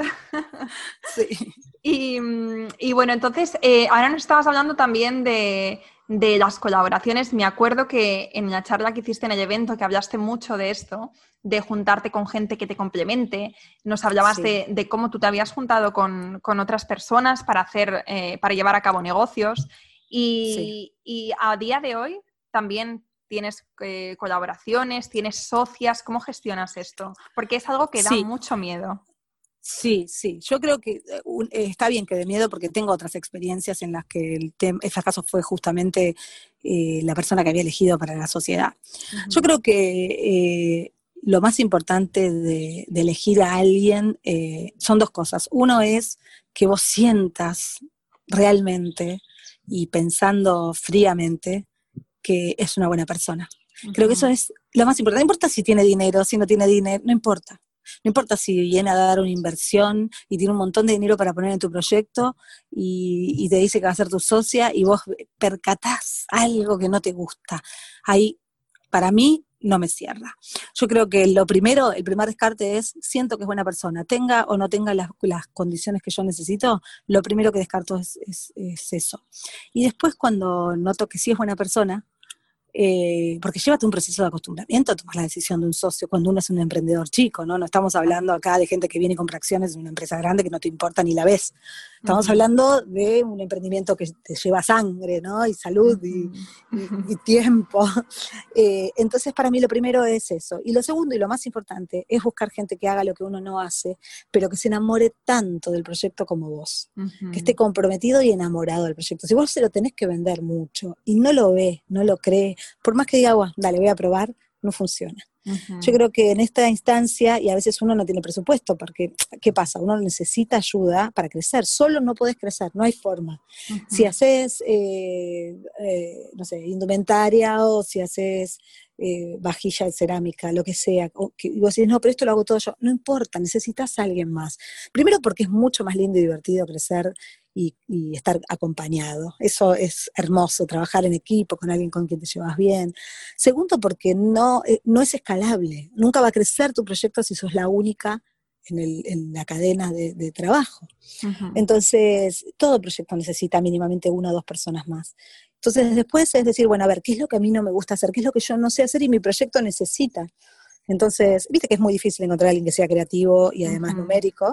Sí. Y, y bueno, entonces, eh, ahora nos estabas hablando también de, de las colaboraciones. Me acuerdo que en la charla que hiciste en el evento, que hablaste mucho de esto, de juntarte con gente que te complemente. Nos hablabas sí. de, de cómo tú te habías juntado con, con otras personas para, hacer, eh, para llevar a cabo negocios. Y, sí. y a día de hoy también tienes eh, colaboraciones, tienes socias. ¿Cómo gestionas esto? Porque es algo que da sí. mucho miedo. Sí, sí, yo creo que uh, está bien que dé miedo porque tengo otras experiencias en las que el, tem- el fracaso fue justamente eh, la persona que había elegido para la sociedad. Uh-huh. Yo creo que eh, lo más importante de, de elegir a alguien eh, son dos cosas. Uno es que vos sientas realmente y pensando fríamente que es una buena persona. Uh-huh. Creo que eso es lo más importante. No importa si tiene dinero, si no tiene dinero, no importa. No importa si viene a dar una inversión y tiene un montón de dinero para poner en tu proyecto y, y te dice que va a ser tu socia y vos percatás algo que no te gusta. Ahí, para mí, no me cierra. Yo creo que lo primero, el primer descarte es, siento que es buena persona, tenga o no tenga las, las condiciones que yo necesito, lo primero que descarto es, es, es eso. Y después cuando noto que sí es buena persona, Eh, porque llévate un proceso de acostumbramiento a tomar la decisión de un socio cuando uno es un emprendedor chico, ¿no? No estamos hablando acá de gente que viene y compra acciones de una empresa grande que no te importa ni la ves. Estamos uh-huh. hablando de un emprendimiento que te lleva sangre, ¿no? Y salud uh-huh. y, y, y tiempo. Eh, entonces, para mí lo primero es eso. Y lo segundo y lo más importante es buscar gente que haga lo que uno no hace, pero que se enamore tanto del proyecto como vos. Uh-huh. Que esté comprometido y enamorado del proyecto. Si vos se lo tenés que vender mucho y no lo ve, no lo cree, por más que diga, bueno, dale, voy a probar, no funciona. Uh-huh. Yo creo que en esta instancia, y a veces uno no tiene presupuesto, porque, ¿qué pasa? Uno necesita ayuda para crecer, solo no podés crecer, no hay forma. Uh-huh. Si haces, eh, eh, no sé, indumentaria, o si haces eh, vajilla de cerámica, lo que sea, o que, y vos decís, no, pero esto lo hago todo yo, no importa, necesitas a alguien más. Primero porque es mucho más lindo y divertido crecer Y, y estar acompañado. Eso es hermoso, trabajar en equipo con alguien con quien te llevas bien. Segundo, porque no, eh, no es escalable. Nunca va a crecer tu proyecto si sos la única en, el, en la cadena de, de trabajo. Uh-huh. Entonces, todo proyecto necesita mínimamente una o dos personas más. Entonces, después es decir, bueno, a ver, ¿qué es lo que a mí no me gusta hacer? ¿Qué es lo que yo no sé hacer y mi proyecto necesita? Entonces, viste que es muy difícil encontrar a alguien que sea creativo y además uh-huh. numérico.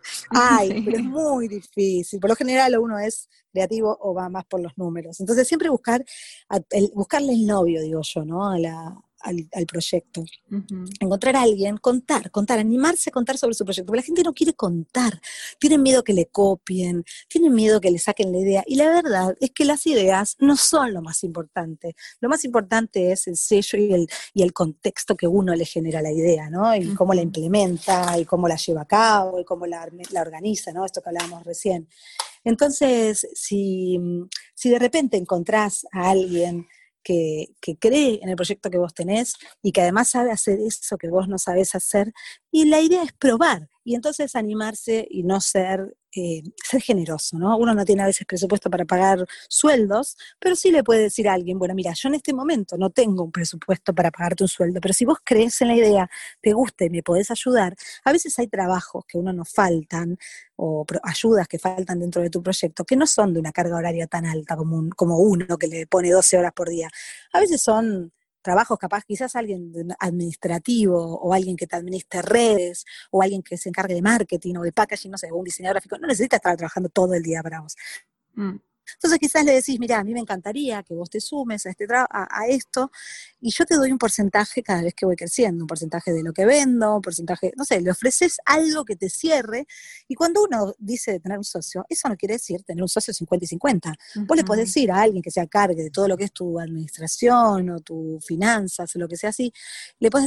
Ay, sí. Pero es muy difícil. Por lo general uno es creativo o va más por los números. Entonces siempre buscar, el, buscarle el novio, digo yo, ¿no? A la, al, al proyecto. Uh-huh. Encontrar a alguien, contar, contar, animarse a contar sobre su proyecto. Porque la gente no quiere contar. Tienen miedo que le copien, tienen miedo que le saquen la idea. Y la verdad es que las ideas no son lo más importante. Lo más importante es el sello y el, y el contexto que uno le genera la idea, ¿no? Y uh-huh. cómo la implementa, y cómo la lleva a cabo, y cómo la, la organiza, ¿no? Esto que hablábamos recién. Entonces, si, si de repente encontrás a alguien que, que cree en el proyecto que vos tenés y que además sabe hacer eso que vos no sabés hacer, y la idea es probar, y entonces animarse y no ser, eh, ser generoso, ¿no? Uno no tiene a veces presupuesto para pagar sueldos, pero sí le puede decir a alguien, bueno, mira, yo en este momento no tengo un presupuesto para pagarte un sueldo, pero si vos crees en la idea, te gusta y me podés ayudar, a veces hay trabajos que a uno nos faltan, o ayudas que faltan dentro de tu proyecto, que no son de una carga horaria tan alta como, un, como uno que le pone doce horas por día. A veces son trabajos capaz, quizás alguien administrativo, o alguien que te administre redes, o alguien que se encargue de marketing, o de packaging, no sé, o un diseñador gráfico, no necesita estar trabajando todo el día para vos. Mm. Entonces quizás le decís, mira, a mí me encantaría que vos te sumes a, este tra- a, a esto, y yo te doy un porcentaje cada vez que voy creciendo, un porcentaje de lo que vendo, un porcentaje, no sé, le ofreces algo que te cierre, y cuando uno dice de tener un socio, eso no quiere decir tener un socio cincuenta y cincuenta. Uh-huh. Vos le podés decir a alguien que se cargue de todo lo que es tu administración, o tu finanzas, o lo que sea así, le podés decir,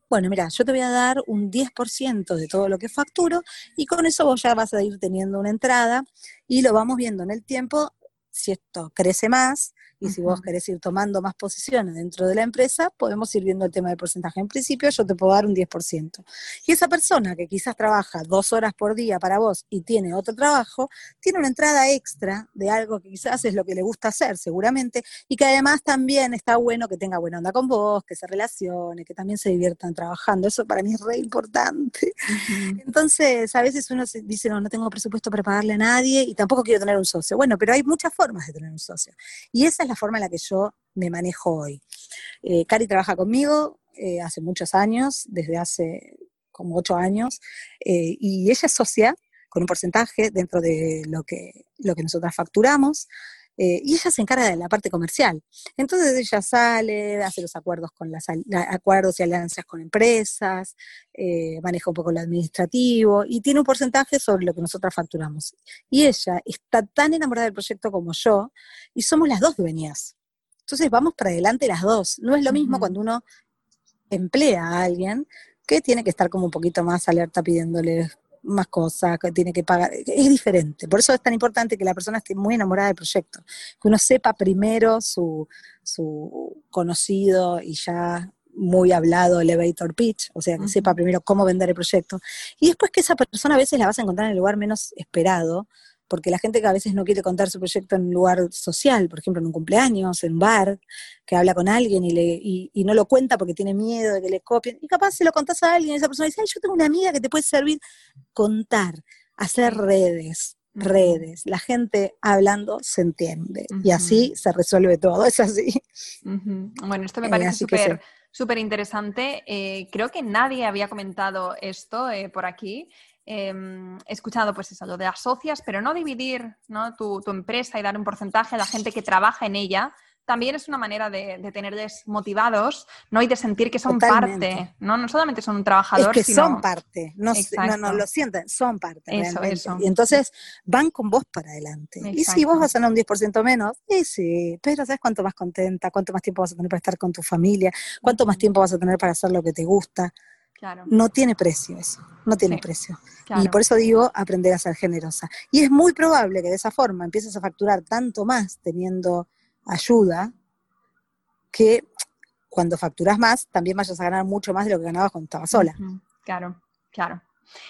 Bueno, mira, yo te voy a dar un diez por ciento de todo lo que facturo y con eso vos ya vas a ir teniendo una entrada y lo vamos viendo en el tiempo si esto crece más y si vos querés ir tomando más posiciones dentro de la empresa, podemos ir viendo el tema del porcentaje. En principio yo te puedo dar un diez por ciento. Y esa persona que quizás trabaja dos horas por día para vos y tiene otro trabajo, tiene una entrada extra de algo que quizás es lo que le gusta hacer seguramente, y que además también está bueno que tenga buena onda con vos, que se relacione, que también se diviertan trabajando. Eso para mí es re importante. Uh-huh. Entonces, a veces uno se dice, no, no tengo presupuesto para pagarle a nadie y tampoco quiero tener un socio. Bueno, pero hay muchas formas de tener un socio. Y esa es la forma en la que yo me manejo hoy. Eh, Cari trabaja conmigo eh, hace muchos años, desde hace como ocho años, eh, y ella es socia con un porcentaje dentro de lo que, lo que nosotras facturamos, eh, y ella se encarga de la parte comercial. Entonces ella sale, hace los acuerdos con las acuerdos y alianzas con empresas, eh, maneja un poco lo administrativo y tiene un porcentaje sobre lo que nosotras facturamos. Y ella está tan enamorada del proyecto como yo, y somos las dos dueñas. Entonces vamos para adelante las dos. No es lo mismo uh-huh. cuando uno emplea a alguien que tiene que estar como un poquito más alerta pidiéndole más cosas, que tiene que pagar, es diferente. Por eso es tan importante que la persona esté muy enamorada del proyecto, que uno sepa primero su, su conocido y ya muy hablado elevator pitch, o sea, que uh-huh. sepa primero cómo vender el proyecto, y después que esa persona a veces la vas a encontrar en el lugar menos esperado, porque la gente que a veces no quiere contar su proyecto en un lugar social, por ejemplo en un cumpleaños, en un bar, que habla con alguien y, le, y, y no lo cuenta porque tiene miedo de que le copien, y capaz se lo contás a alguien y esa persona dice, ay, yo tengo una amiga que te puede servir. Contar, hacer redes, uh-huh. redes, la gente hablando se entiende, uh-huh. y así se resuelve todo, es así. Uh-huh. Bueno, esto me parece súper eh, súper interesante, eh, creo que nadie había comentado esto eh, por aquí. Eh, he escuchado pues eso, lo de las socias, pero no dividir, ¿no? Tu, tu empresa y dar un porcentaje a la gente que trabaja en ella, también es una manera de, de tenerles motivados, ¿no? Y de sentir que son Totalmente. parte, ¿no? No solamente son un trabajador, es que sino... son parte, no, no, no lo sienten, son parte eso, realmente. Eso. Y entonces van con vos para adelante. Exacto. Y si vos vas a ganar un diez por ciento menos, sí, sí, pero ¿sabes cuánto más contenta? ¿Cuánto más tiempo vas a tener para estar con tu familia? ¿Cuánto más tiempo vas a tener para hacer lo que te gusta? Claro. No tiene precio eso, no tiene sí, precio. Claro. Y por eso digo, aprender a ser generosa. Y es muy probable que de esa forma empieces a facturar tanto más teniendo ayuda, que cuando facturas más, también vayas a ganar mucho más de lo que ganabas cuando estabas sola. Uh-huh. Claro, claro.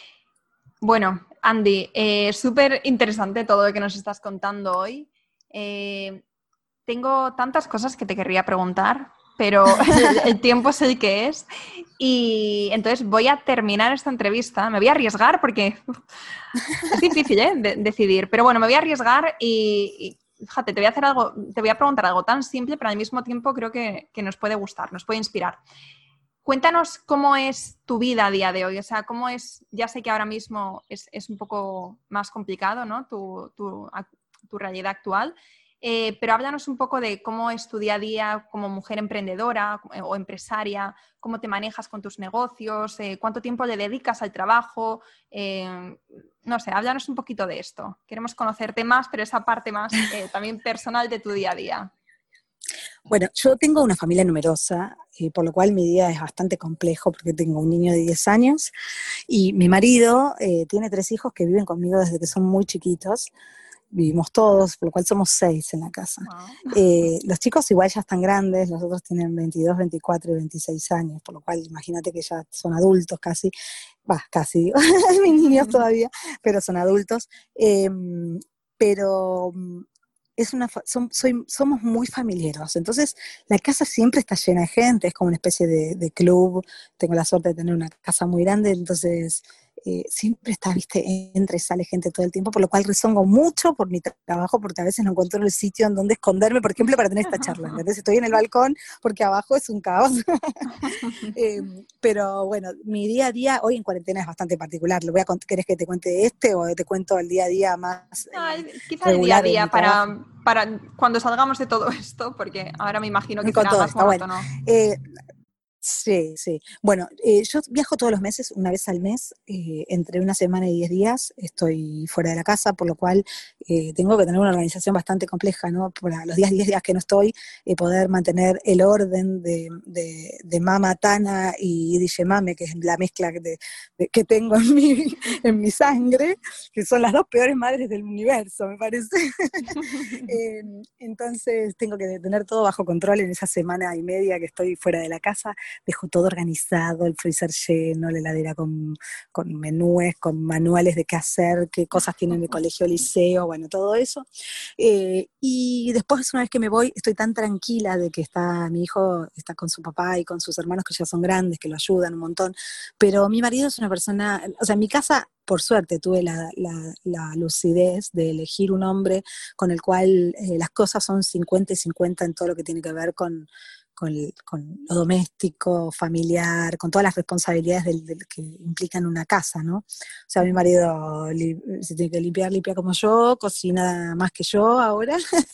Bueno, Andy, eh, súper interesante todo lo que nos estás contando hoy. Eh, tengo tantas cosas que te querría preguntar, pero el tiempo es el que es. Y entonces voy a terminar esta entrevista. Me voy a arriesgar porque es difícil, ¿eh? De- decidir. Pero bueno, me voy a arriesgar y, y fíjate, te voy a hacer algo, te voy a preguntar algo tan simple, pero al mismo tiempo creo que, que nos puede gustar, nos puede inspirar. Cuéntanos cómo es tu vida a día de hoy. O sea, cómo es, ya sé que ahora mismo es, es un poco más complicado, ¿no? Tu, tu, tu realidad actual. Eh, pero háblanos un poco de cómo es tu día a día como mujer emprendedora o empresaria, cómo te manejas con tus negocios, eh, cuánto tiempo le dedicas al trabajo, eh, no sé, háblanos un poquito de esto. Queremos conocerte más, pero esa parte más eh, también personal de tu día a día. Bueno, yo tengo una familia numerosa, eh, por lo cual mi día es bastante complejo porque tengo un niño de diez años y mi marido eh, tiene tres hijos que viven conmigo desde que son muy chiquitos. Vivimos todos, por lo cual somos seis en la casa. Wow. Eh, los chicos igual ya están grandes, los otros tienen veintidós, veinticuatro y veintiséis años, por lo cual imagínate que ya son adultos casi, bah, casi, mis niños todavía, pero son adultos. Eh, pero es una son, soy, somos muy familiares, entonces la casa siempre está llena de gente, es como una especie de, de club. Tengo la suerte de tener una casa muy grande, entonces eh, siempre está, viste, entra y sale gente todo el tiempo, por lo cual rezongo mucho por mi trabajo, porque a veces no encuentro el sitio en donde esconderme, por ejemplo, para tener esta charla. Entonces estoy en el balcón porque abajo es un caos. eh, pero bueno, mi día a día hoy en cuarentena es bastante particular. ¿Lo voy a cont- ¿Querés que te cuente este o te cuento el día a día más eh, no, quizá el día a día para, para cuando salgamos de todo esto, porque ahora me imagino que con será todo más esto, monótono. bueno, eh, Sí, sí. Bueno, eh, yo viajo todos los meses, una vez al mes, eh, entre una semana y diez días estoy fuera de la casa, por lo cual eh, tengo que tener una organización bastante compleja, ¿no? Para los días, diez días que no estoy, eh, poder mantener el orden de, de, de Mama Tana y D J Mame, que es la mezcla de, de, que tengo en mi, en mi sangre, que son las dos peores madres del universo, me parece. eh, entonces tengo que tener todo bajo control en esa semana y media que estoy fuera de la casa. Dejo todo organizado, el freezer lleno, la heladera con, con menúes, con manuales de qué hacer, qué cosas tienen el colegio, el liceo, bueno, todo eso. Eh, y después, una vez que me voy, estoy tan tranquila de que está mi hijo, está con su papá y con sus hermanos que ya son grandes, que lo ayudan un montón. Pero mi marido es una persona, o sea, en mi casa, por suerte, tuve la, la, la lucidez de elegir un hombre con el cual eh, las cosas son cincuenta y cincuenta en todo lo que tiene que ver con Con, con lo doméstico, familiar, con todas las responsabilidades del, del que implican una casa, ¿no? O sea, mi marido li, se tiene que limpiar, limpia como yo, cocina más que yo ahora,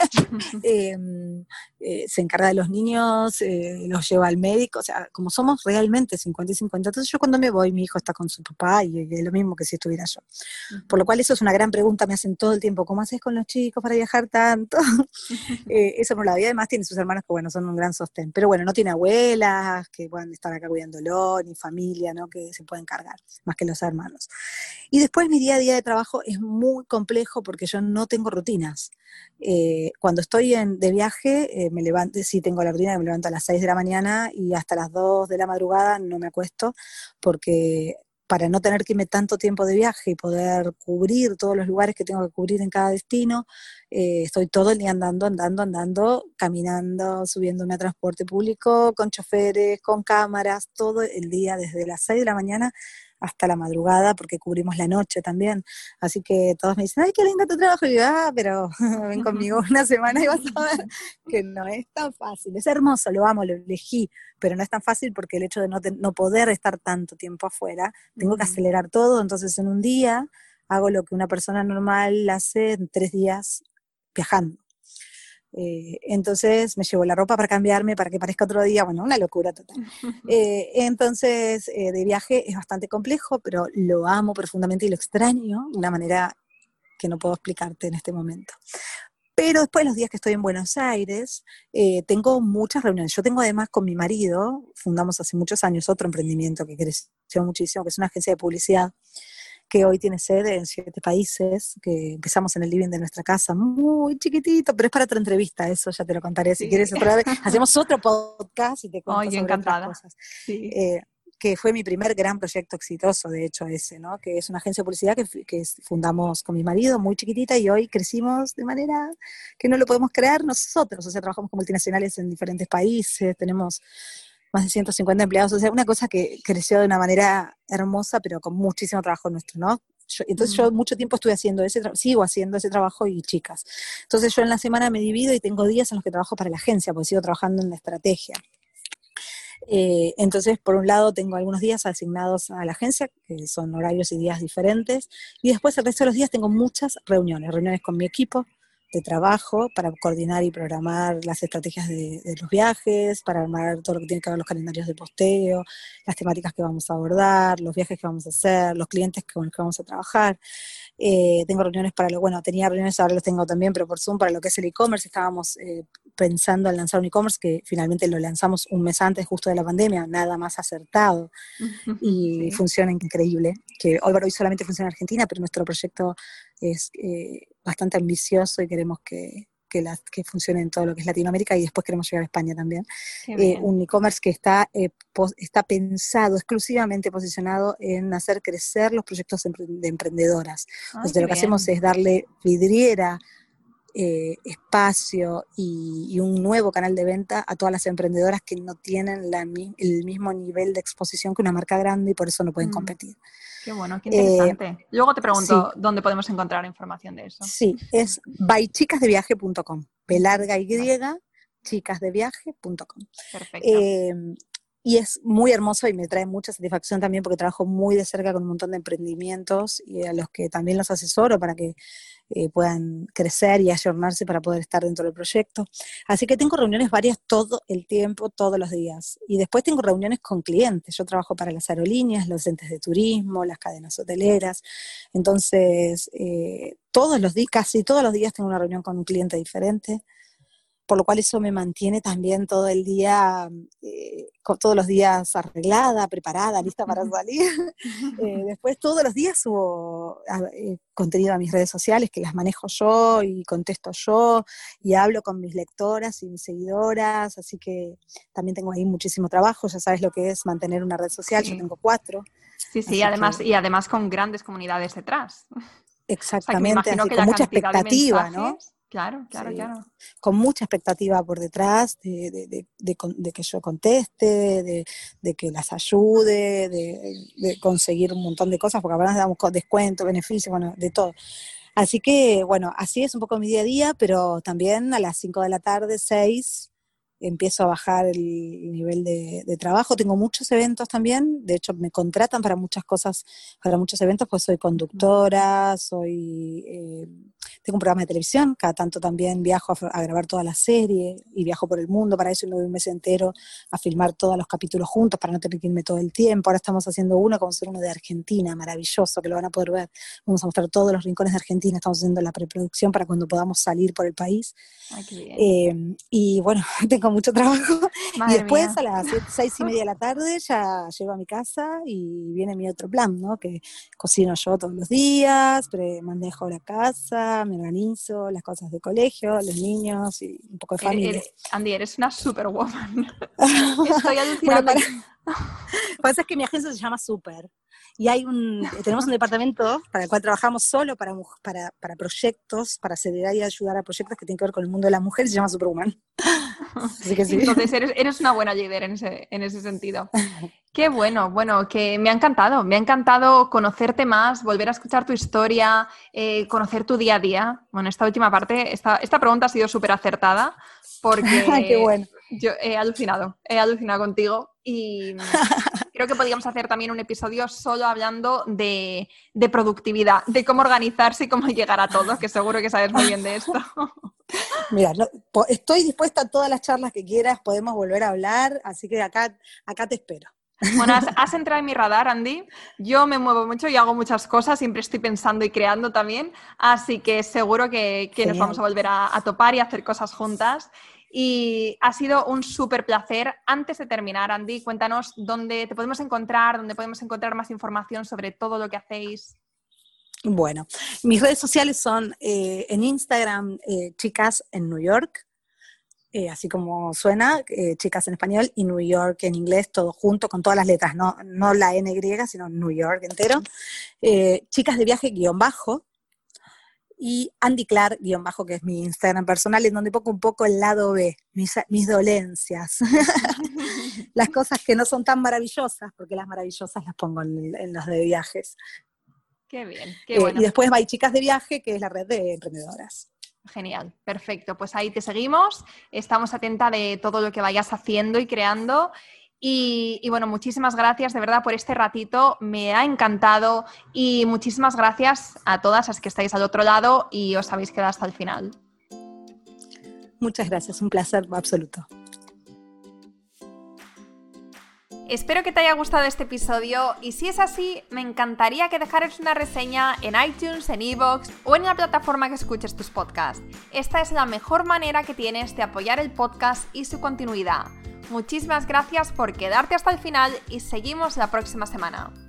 eh, eh, se encarga de los niños, eh, los lleva al médico, o sea, como somos realmente cincuenta y cincuenta, entonces yo cuando me voy, mi hijo está con su papá y es lo mismo que si estuviera yo. Por lo cual eso es una gran pregunta, me hacen todo el tiempo, ¿cómo haces con los chicos para viajar tanto? eh, eso por la vida, además tiene sus hermanos que, bueno, son un gran sostén. Pero bueno, no tiene abuelas que puedan estar acá cuidándolo, ni familia, ¿no? Que se pueden cargar, más que los hermanos. Y después mi día a día de trabajo es muy complejo porque yo no tengo rutinas. Eh, cuando estoy en, de viaje, eh, me levanto, sí tengo la rutina, me levanto a las seis de la mañana y hasta las dos de la madrugada no me acuesto, porque para no tener que irme tanto tiempo de viaje y poder cubrir todos los lugares que tengo que cubrir en cada destino, eh, estoy todo el día andando, andando, andando, caminando, subiéndome a transporte público, con choferes, con cámaras, todo el día, desde las seis de la mañana hasta la madrugada, porque cubrimos la noche también. Así que todos me dicen, ay, qué lindo tu trabajo. Y yo, ah, pero ven conmigo una semana y vas a ver que no es tan fácil. Es hermoso, lo amo, lo elegí, pero no es tan fácil porque el hecho de no, te, no poder estar tanto tiempo afuera, tengo que acelerar todo. Entonces en un día hago lo que una persona normal hace en tres días viajando. Eh, entonces me llevo la ropa para cambiarme, para que parezca otro día, bueno, una locura total. Eh, entonces, eh, de viaje es bastante complejo, pero lo amo profundamente y lo extraño de una manera que no puedo explicarte en este momento. Pero después, los días que estoy en Buenos Aires, eh, tengo muchas reuniones. Yo tengo además con mi marido, fundamos hace muchos años otro emprendimiento que creció muchísimo, que es una agencia de publicidad, que hoy tiene sede en siete países, que empezamos en el living de nuestra casa, muy chiquitito, pero es para otra entrevista, eso ya te lo contaré sí. Si quieres otra vez. Hacemos otro podcast y te cuento Oye, sobre encantada. otras cosas. Sí. Eh, que fue mi primer gran proyecto exitoso, de hecho, ese, ¿no? Que es una agencia de publicidad que, que fundamos con mi marido, muy chiquitita, y hoy crecimos de manera que no lo podemos creer nosotros, o sea, trabajamos con multinacionales en diferentes países, tenemos más de ciento cincuenta empleados, o sea, una cosa que creció de una manera hermosa, pero con muchísimo trabajo nuestro, ¿no? Yo, entonces mm. yo mucho tiempo estuve haciendo ese trabajo, sigo haciendo ese trabajo y chicas. Entonces yo en la semana me divido y tengo días en los que trabajo para la agencia, porque sigo trabajando en la estrategia. Eh, entonces, por un lado, tengo algunos días asignados a la agencia, que son horarios y días diferentes, y después el resto de los días tengo muchas reuniones, reuniones con mi equipo de trabajo para coordinar y programar las estrategias de, de los viajes, para armar todo lo que tiene que ver los calendarios de posteo, las temáticas que vamos a abordar, los viajes que vamos a hacer, los clientes con los que vamos a trabajar. Eh, tengo reuniones para lo, bueno, tenía reuniones, ahora los tengo también, pero por Zoom, para lo que es el e-commerce. Estábamos eh, pensando en lanzar un e-commerce que finalmente lo lanzamos un mes antes justo de la pandemia, nada más acertado, y sí. Funciona increíble, que hoy por hoy solamente funciona en Argentina, pero nuestro proyecto es eh, bastante ambicioso y queremos que, que, la, que funcione en todo lo que es Latinoamérica, y después queremos llegar a España también. Eh, un e-commerce que está, eh, pos, está pensado, exclusivamente posicionado en hacer crecer los proyectos de emprendedoras. Ay, o sea, lo que bien. Hacemos es darle vidriera, eh, espacio y, y un nuevo canal de venta a todas las emprendedoras que no tienen la, el mismo nivel de exposición que una marca grande y por eso no pueden mm. competir. Qué bueno, qué interesante. Eh, Luego te pregunto sí. dónde podemos encontrar información de eso. Sí, es by chicas de viaje punto com, B larga Y, chicas de viaje punto com. Perfecto. Eh, y es muy hermoso y me trae mucha satisfacción también porque trabajo muy de cerca con un montón de emprendimientos y a los que también los asesoro para que eh, puedan crecer y ayornarse para poder estar dentro del proyecto. Así que tengo reuniones varias todo el tiempo, todos los días. Y después tengo reuniones con clientes. Yo trabajo para las aerolíneas, los entes de turismo, las cadenas hoteleras. Entonces, eh, todos los días, casi todos los días tengo una reunión con un cliente diferente, por lo cual eso me mantiene también todo el día, eh, con, todos los días arreglada, preparada, lista para salir. eh, después todos los días subo eh, contenido a mis redes sociales, que las manejo yo y contesto yo, y hablo con mis lectoras y mis seguidoras, así que también tengo ahí muchísimo trabajo. Ya sabes lo que es mantener una red social, sí. Yo tengo cuatro. Sí, sí, además, que... y además con grandes comunidades detrás. Exactamente, o sea, así, con mucha expectativa, ¿no? Claro, claro, sí, claro. Con mucha expectativa por detrás de, de, de, de, de que yo conteste, de, de que las ayude, de, de conseguir un montón de cosas, porque ahora damos descuento, beneficio, bueno, de todo. Así que, bueno, así es un poco mi día a día, pero también a las cinco de la tarde, seis, empiezo a bajar el nivel de, de trabajo. Tengo muchos eventos también, de hecho me contratan para muchas cosas, para muchos eventos, pues soy conductora, soy... Eh, tengo un programa de televisión, cada tanto también viajo a, a grabar toda la serie y viajo por el mundo para eso y me voy un mes entero a filmar todos los capítulos juntos para no tener que irme todo el tiempo. Ahora estamos haciendo uno, como ser uno de Argentina, maravilloso, que lo van a poder ver. Vamos a mostrar todos los rincones de Argentina, estamos haciendo la preproducción para cuando podamos salir por el país. Ay, qué bien. Eh, y bueno, tengo mucho trabajo. Madre y después mía. a las siete, seis y media de la tarde ya llego a mi casa y viene mi otro plan, ¿no? Que cocino yo todos los días, pre- manejo la casa, me organizo, las cosas de colegio, los niños y un poco de familia. Eres, Andy, eres una superwoman. Estoy alucinando. Bueno, para... pasa es que mi agencia se llama Super y hay un, tenemos un departamento para el cual trabajamos solo para, para, para proyectos, para acelerar y ayudar a proyectos que tienen que ver con el mundo de la mujer, y se llama Superwoman. Así que sí. Entonces eres, eres una buena líder en ese, en ese sentido. Qué bueno, bueno, que me ha encantado, me ha encantado conocerte más, volver a escuchar tu historia, eh, conocer tu día a día. Bueno, esta última parte, esta, esta pregunta ha sido súper acertada porque Qué bueno. Yo he alucinado, he alucinado contigo y creo que podríamos hacer también un episodio solo hablando de, de productividad, de cómo organizarse y cómo llegar a todo, que seguro que sabes muy bien de esto. Mira, no, estoy dispuesta a todas las charlas que quieras, podemos volver a hablar, así que acá, acá te espero. Bueno, has, has entrado en mi radar, Andy. Yo me muevo mucho y hago muchas cosas, siempre estoy pensando y creando también, así que seguro que, que nos vamos a volver a, a topar y a hacer cosas juntas. Y ha sido un súper placer. Antes de terminar, Andy, cuéntanos dónde te podemos encontrar, dónde podemos encontrar más información sobre todo lo que hacéis. Bueno, mis redes sociales son eh, en Instagram, eh, Chicas en New York, eh, así como suena, eh, Chicas en español, y New York en inglés, todo junto, con todas las letras, no, no la N griega, sino New York entero. Eh, Chicas de viaje guión bajo, y Andy Clark, guión bajo, que es mi Instagram personal, en donde pongo un poco el lado B, mis, mis dolencias, las cosas que no son tan maravillosas, porque las maravillosas las pongo en, en los de viajes. Qué bien, qué bueno. Eh, y después va Chicas de Viaje, que es la red de emprendedoras. Genial, perfecto, pues ahí te seguimos, estamos atentas de todo lo que vayas haciendo y creando. Y, y bueno, muchísimas gracias de verdad por este ratito, me ha encantado y muchísimas gracias a todas las que estáis al otro lado y os habéis quedado hasta el final. Muchas gracias, un placer absoluto. Espero que te haya gustado este episodio y si es así, me encantaría que dejaras una reseña en iTunes, en iVoox o en la plataforma que escuches tus podcasts. Esta es la mejor manera que tienes de apoyar el podcast y su continuidad. Muchísimas gracias por quedarte hasta el final y seguimos la próxima semana.